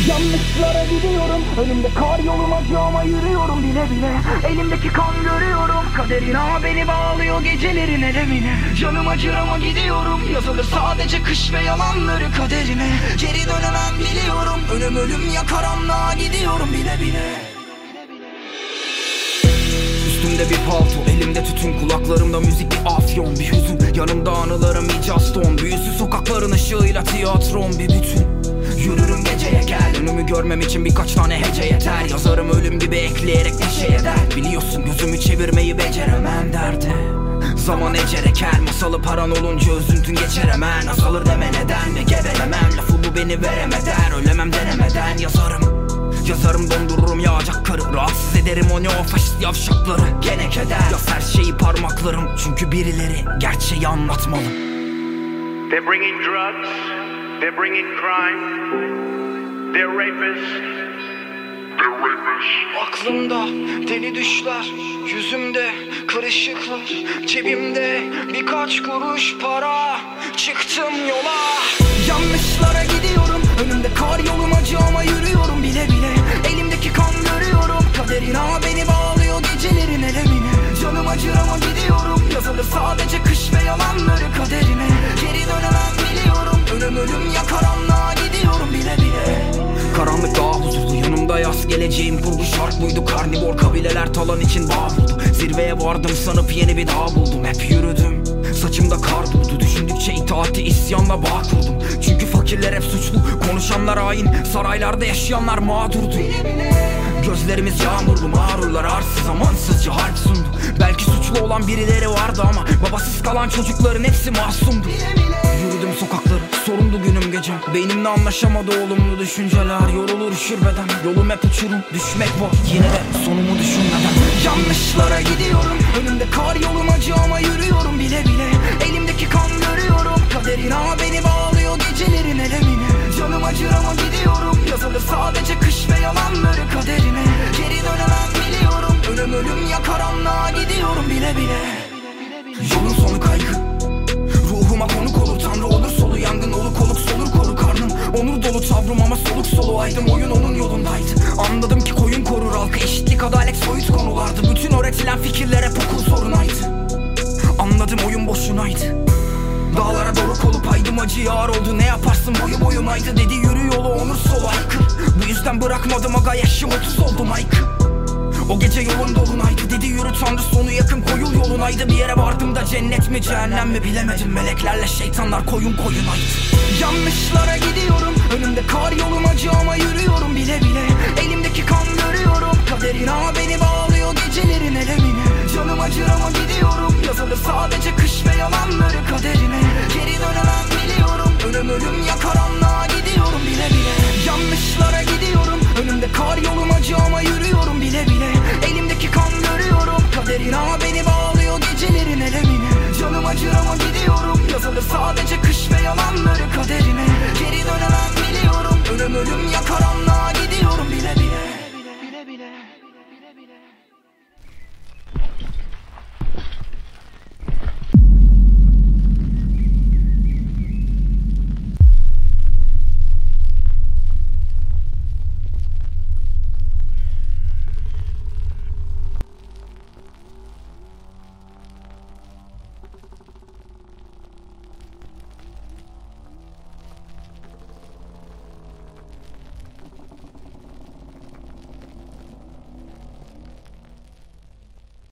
Yanlışlara gidiyorum, önümde kar yolum acı ama yürüyorum bile bile. Elimdeki kan görüyorum, kaderin ağa beni bağlıyor gecelerin elemine. Canım acır ama gidiyorum, yazılı sadece kış ve yalanları kaderine. Geri dönemem biliyorum, önüm ölüm ya karanlığa gidiyorum bile bile. Üstümde bir palto, elimde tütün, kulaklarımda müzik bir afyon, bir hüzün. Yanımda anılarım bir caston, büyüsü sokakların ışığıyla tiyatrom bir bütün. Yürürüm geceye gel, önümü görmem için birkaç tane hece yeter. Yazarım ölüm gibi ekleyerek neşe eder. Biliyorsun gözümü çevirmeyi beceremem derdi. Zaman ecere kel, masalı paran olunca üzüntün geçer hemen. Azalır deme neden ve gevelemem, lafı bu beni veremeden. Ölemem denemeden yazarım dondururum yağacak karı. Rahatsız ederim o neofaşist yavşakları. Gene keder, yaz her şeyi parmaklarım. Çünkü birileri gerçeği anlatmalı. They're bringing drugs, they're bringing crime, they're rapists. Aklımda deli düşler, yüzümde kırışıklar, cebimde birkaç kuruş para. Çıktım yola, yanlışlara gidiyorum, önümde kar yolum acı ama yürüyorum bile bile. Elimdeki kan görüyorum, kaderin ağa beni bağlıyor gecelerin elemine. Canım acır ama gidiyorum, yazılı sadece kış ve yalanları kaderine. Geri dönemem biliyorum, önüm ölüm ya karanlığa gidiyorum bile bile. Karanlık daha huzurlu, yanımda yaz, geleceğim kurgu şark buydu. Karnivor kabileler talan için bağ buldu. Zirveye vardım sanıp yeni bir dağ buldum. Hep yürüdüm, saçımda kar durdu. Düşündükçe itaati isyanla bağ kurdum. Çünkü fakirler hep suçlu, konuşanlar hain, saraylarda yaşayanlar mağdurdu. Gözlerimiz yağmurlu, mağrurlar arsız, amansızca harp sundu. Belki suçlu olan birileri vardı ama babasız kalan çocukların hepsi masumdu. Yürüdüm sokakları, sorundu günüm gecem. Beynimle anlaşamadı olumlu düşünceler. Yorulur üşür beden, yolum hep uçurum. Düşmek var yine de sonumu düşünmeden. Yanlışlara gidiyorum, önümde kar yolum acı ama yürüyorum bile bile. Elimdeki kan görüyorum, kaderin ağa beni bağlıyor gecelerin elemine. Canım acır ama gidiyorum, yazılı sadece kış ve yalanları kaderine. Geri dönemem biliyorum, önüm ölüm ya karanlığa gidiyorum bile bile. Yolun sonu kaygı, ruhuma konuk olur. Tanrı olur solu, yangın oluk oluk solur koru karnım. Onur dolu tavrım ama soluk solu aydım. Oyun onun yolundaydı. Anladım ki koyun korur halkı, eşitlik adalet soyut konulardı. Bütün öğretilen fikirler hep okul sorunaydı. Anladım oyun boşunaydı. Dağlara doğru kolu paydım, acı yağar oldu. Ne yaparsın boyu boyunaydı. Dedi yürü yolu onur solu haykır. Bu yüzden bırakmadım aga, yaşım 30 oldum haykır. O gece yolun dolunaydı, dedi yürü Tanrı sonu yakın koyul yolunaydı. Bir yere vardım da cennet mi cehennem mi bilemedim. Meleklerle şeytanlar koyun koyunaydı. Yanlışlara